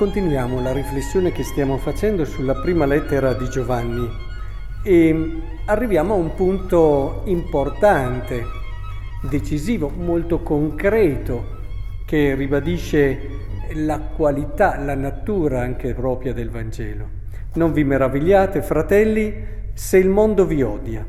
Continuiamo la riflessione che stiamo facendo sulla prima lettera di Giovanni e arriviamo a un punto importante, decisivo, molto concreto, che ribadisce la qualità, la natura anche propria del Vangelo. Non vi meravigliate, fratelli, se il mondo vi odia.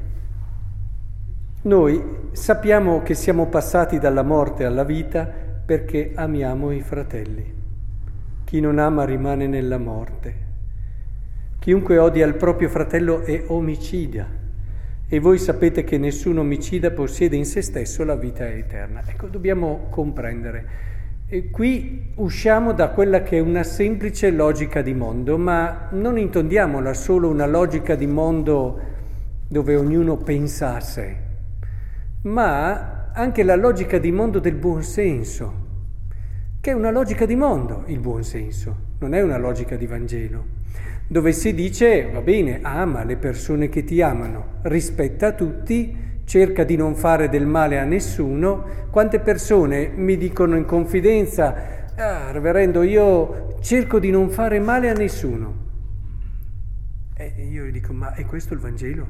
Noi sappiamo che siamo passati dalla morte alla vita perché amiamo i fratelli. Chi non ama rimane nella morte. Chiunque odia il proprio fratello è omicida. E voi sapete che nessun omicida possiede in se stesso la vita eterna. Ecco, dobbiamo comprendere. E qui usciamo da quella che è una semplice logica di mondo, ma non intendiamola solo una logica di mondo dove ognuno pensa a sé, ma anche la logica di mondo del buon senso, che è una logica di mondo, il buon senso, non è una logica di Vangelo, dove si dice, va bene, ama le persone che ti amano, rispetta tutti, cerca di non fare del male a nessuno. Quante persone mi dicono in confidenza, reverendo, io cerco di non fare male a nessuno. E io gli dico, ma è questo il Vangelo?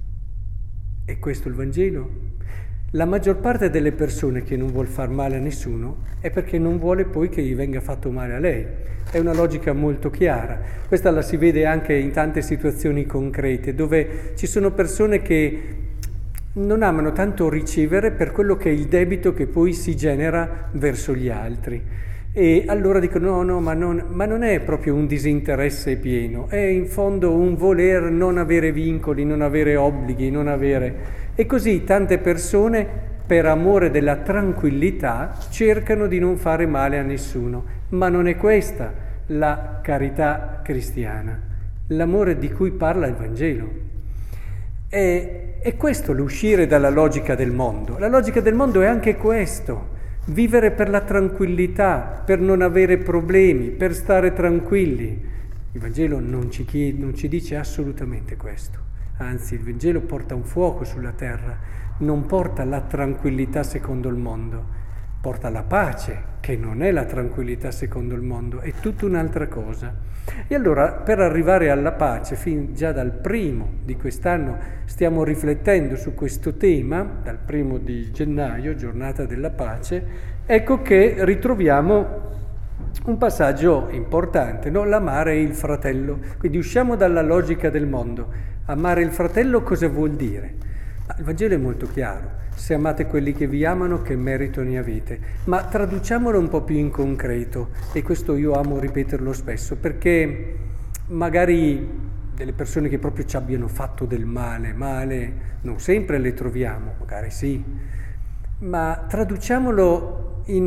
È questo il Vangelo? La maggior parte delle persone che non vuol far male a nessuno è perché non vuole poi che gli venga fatto male a lei. È una logica molto chiara. Questa la si vede anche in tante situazioni concrete, dove ci sono persone che non amano tanto ricevere per quello che è il debito che poi si genera verso gli altri. E allora dicono no, ma non è proprio un disinteresse pieno, è in fondo un voler non avere vincoli, non avere obblighi, non avere... E così tante persone, per amore della tranquillità, cercano di non fare male a nessuno. Ma non è questa la carità cristiana, l'amore di cui parla il Vangelo. È questo l'uscire dalla logica del mondo. La logica del mondo è anche questo, vivere per la tranquillità, per non avere problemi, per stare tranquilli. Il Vangelo non ci dice assolutamente questo. Anzi, il Vangelo porta un fuoco sulla terra, non porta la tranquillità secondo il mondo, porta la pace, che non è la tranquillità secondo il mondo, è tutta un'altra cosa. E allora, per arrivare alla pace, fin già dal primo di quest'anno stiamo riflettendo su questo tema, dal 1 gennaio, giornata della pace, ecco che ritroviamo un passaggio importante, no? L'amare il fratello. Quindi usciamo dalla logica del mondo. Amare il fratello cosa vuol dire? Il Vangelo è molto chiaro. Se amate quelli che vi amano, che merito ne avete? Ma traduciamolo un po' più in concreto, e questo io amo ripeterlo spesso, perché magari delle persone che proprio ci abbiano fatto del male non sempre le troviamo, magari sì, ma traduciamolo in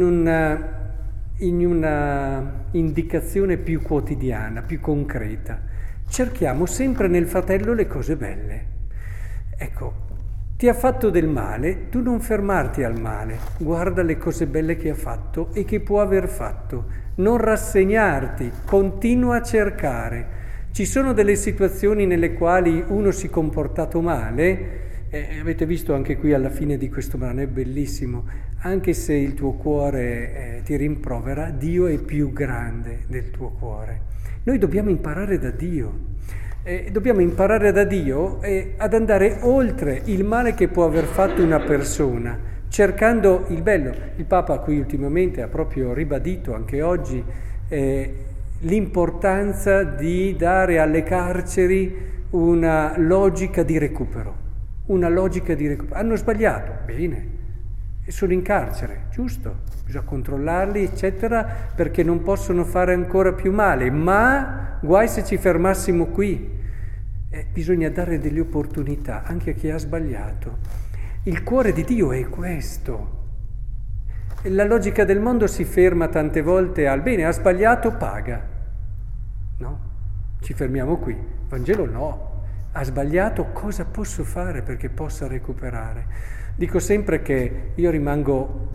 una indicazione più quotidiana, più concreta. Cerchiamo sempre nel fratello le cose belle. Ecco, ti ha fatto del male, tu non fermarti al male, guarda le cose belle che ha fatto e che può aver fatto. Non rassegnarti, continua a cercare. Ci sono delle situazioni nelle quali uno si è comportato male, avete visto anche qui alla fine di questo brano, è bellissimo, anche se il tuo cuore ti rimprovera, Dio è più grande del tuo cuore. Noi dobbiamo imparare da Dio, dobbiamo imparare da Dio ad andare oltre il male che può aver fatto una persona, cercando il bello. Il Papa qui ultimamente ha proprio ribadito, anche oggi, l'importanza di dare alle carceri una logica di recupero. Hanno sbagliato, bene, sono in carcere, giusto, bisogna controllarli, eccetera, perché non possono fare ancora più male, ma guai se ci fermassimo qui. Bisogna dare delle opportunità anche a chi ha sbagliato. Il cuore di Dio è questo. La logica del mondo si ferma tante volte al bene, ha sbagliato, paga. No? Ci fermiamo qui. Vangelo no. Ha sbagliato, cosa posso fare perché possa recuperare? Dico sempre che io rimango,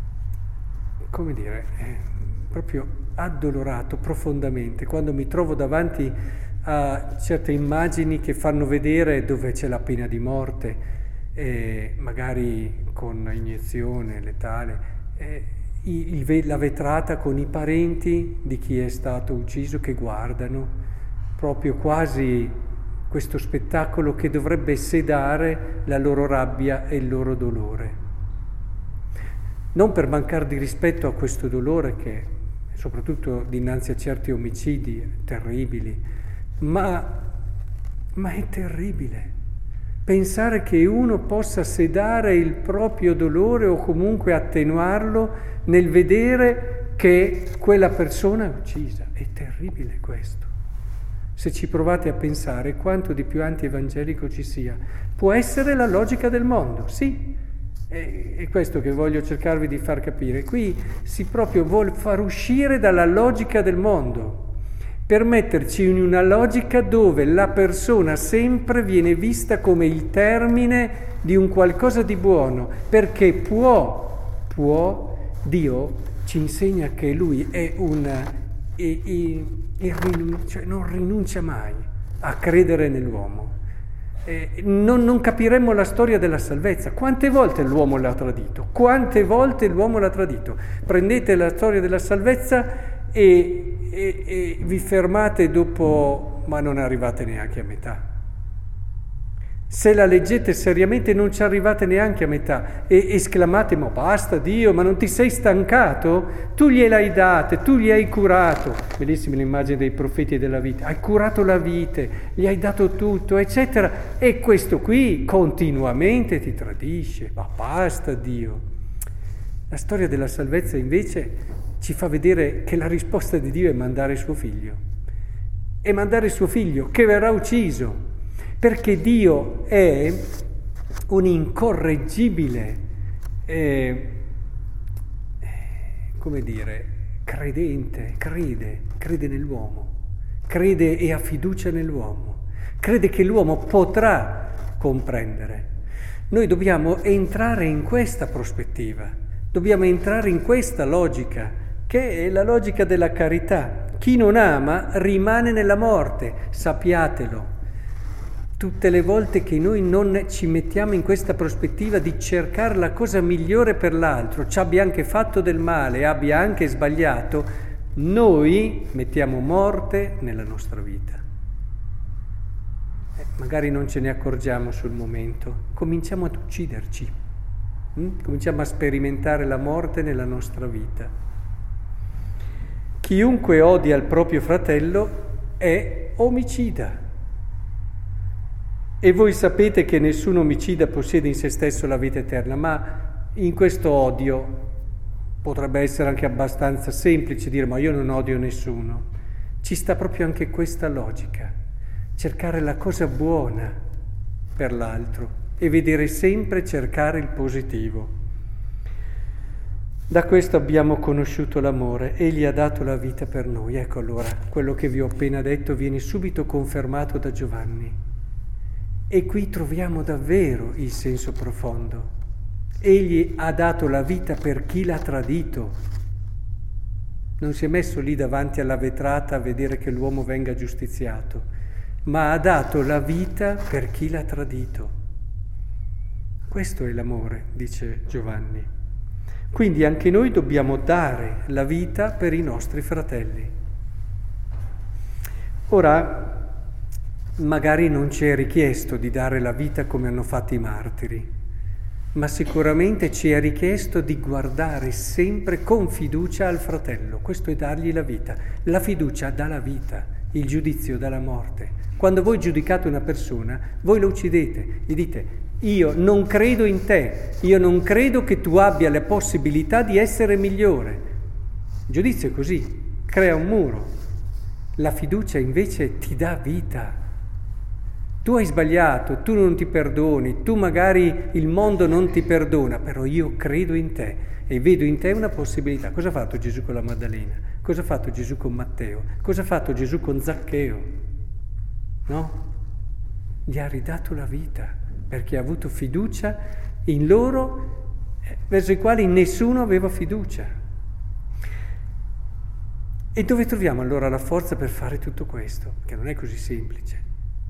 proprio addolorato profondamente quando mi trovo davanti a certe immagini che fanno vedere dove c'è la pena di morte, magari con iniezione letale, la vetrata con i parenti di chi è stato ucciso che guardano, proprio quasi questo spettacolo che dovrebbe sedare la loro rabbia e il loro dolore. Non per mancare di rispetto a questo dolore che, soprattutto dinanzi a certi omicidi terribili, ma è terribile. Pensare che uno possa sedare il proprio dolore o comunque attenuarlo nel vedere che quella persona è uccisa. È terribile questo. Se ci provate a pensare quanto di più anti-evangelico ci sia, può essere la logica del mondo, sì. È questo che voglio cercarvi di far capire. Qui si proprio vuole far uscire dalla logica del mondo, per metterci in una logica dove la persona sempre viene vista come il termine di un qualcosa di buono, perché Dio ci insegna che Lui è cioè non rinuncia mai a credere nell'uomo. Non capiremmo la storia della salvezza. Quante volte l'uomo l'ha tradito? Quante volte l'uomo l'ha tradito? Prendete la storia della salvezza e vi fermate dopo, ma non arrivate neanche a metà. Se la leggete seriamente non ci arrivate neanche a metà e esclamate: ma basta Dio, ma non ti sei stancato? Tu gliel'hai date, tu gli hai curato. Bellissima l'immagine dei profeti della vita. Hai curato la vite, gli hai dato tutto, eccetera. E questo qui continuamente ti tradisce. Ma basta Dio. La storia della salvezza invece ci fa vedere che la risposta di Dio è mandare suo figlio. E mandare suo figlio che verrà ucciso. Perché Dio è un incorreggibile, credente, crede nell'uomo, crede e ha fiducia nell'uomo, crede che l'uomo potrà comprendere. Noi dobbiamo entrare in questa prospettiva, dobbiamo entrare in questa logica, che è la logica della carità. Chi non ama rimane nella morte, sappiatelo. Tutte le volte che noi non ci mettiamo in questa prospettiva di cercare la cosa migliore per l'altro, ci abbia anche fatto del male, abbia anche sbagliato, noi mettiamo morte nella nostra vita. Magari non ce ne accorgiamo sul momento, cominciamo ad ucciderci, cominciamo a sperimentare la morte nella nostra vita. Chiunque odia il proprio fratello è omicida. E voi sapete che nessun omicida possiede in se stesso la vita eterna, ma in questo odio potrebbe essere anche abbastanza semplice dire: ma io non odio nessuno. Ci sta proprio anche questa logica, cercare la cosa buona per l'altro e vedere sempre cercare il positivo. Da questo abbiamo conosciuto l'amore, Egli ha dato la vita per noi. Ecco allora, quello che vi ho appena detto viene subito confermato da Giovanni. E qui troviamo davvero il senso profondo. Egli ha dato la vita per chi l'ha tradito. Non si è messo lì davanti alla vetrata a vedere che l'uomo venga giustiziato, ma ha dato la vita per chi l'ha tradito. Questo è l'amore, dice Giovanni. Quindi anche noi dobbiamo dare la vita per i nostri fratelli. Ora, magari non ci è richiesto di dare la vita come hanno fatto i martiri, ma sicuramente ci è richiesto di guardare sempre con fiducia al fratello. Questo è dargli la vita. La fiducia dà la vita, il giudizio dà la morte. Quando voi giudicate una persona, voi lo uccidete, gli dite: io non credo in te, io non credo che tu abbia la possibilità di essere migliore. Il giudizio è così, crea un muro. La fiducia invece ti dà vita. Tu hai sbagliato, tu non ti perdoni, tu magari il mondo non ti perdona, però io credo in te e vedo in te una possibilità. Cosa ha fatto Gesù con la Maddalena? Cosa ha fatto Gesù con Matteo? Cosa ha fatto Gesù con Zaccheo? No? Gli ha ridato la vita perché ha avuto fiducia in loro verso i quali nessuno aveva fiducia. E dove troviamo allora la forza per fare tutto questo? Che non è così semplice.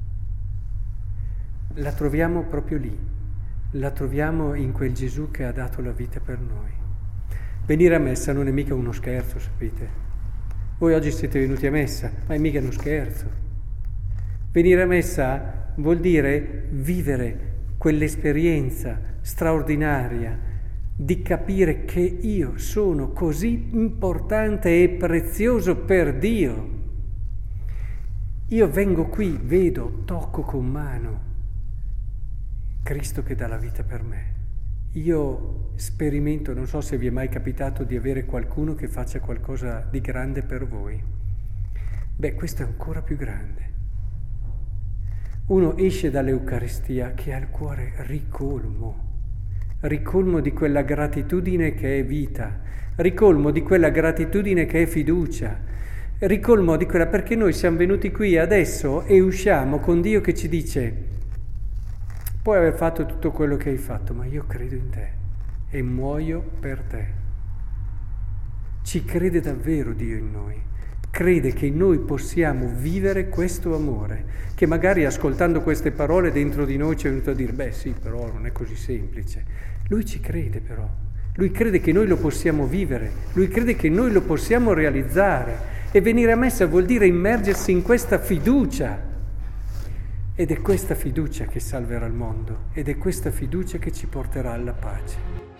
La troviamo proprio lì, la troviamo in quel Gesù che ha dato la vita per noi. Venire a messa non è mica uno scherzo, sapete? Voi oggi siete venuti a messa, ma è mica uno scherzo. Venire a messa vuol dire vivere quell'esperienza straordinaria di capire che io sono così importante e prezioso per Dio. Io vengo qui, vedo, tocco con mano Cristo che dà la vita per me. Io sperimento, non so se vi è mai capitato di avere qualcuno che faccia qualcosa di grande per voi. Beh, questo è ancora più grande. Uno esce dall'Eucaristia che ha il cuore ricolmo di quella gratitudine che è vita, ricolmo di quella gratitudine che è fiducia, ricolmo di quella, perché noi siamo venuti qui adesso e usciamo con Dio che ci dice: puoi aver fatto tutto quello che hai fatto, ma io credo in te e muoio per te. Ci crede davvero Dio in noi, crede che noi possiamo vivere questo amore, che magari ascoltando queste parole dentro di noi ci è venuto a dire: beh sì, però non è così semplice. Lui ci crede però, lui crede che noi lo possiamo vivere, lui crede che noi lo possiamo realizzare, e venire a messa vuol dire immergersi in questa fiducia. Ed è questa fiducia che salverà il mondo, ed è questa fiducia che ci porterà alla pace.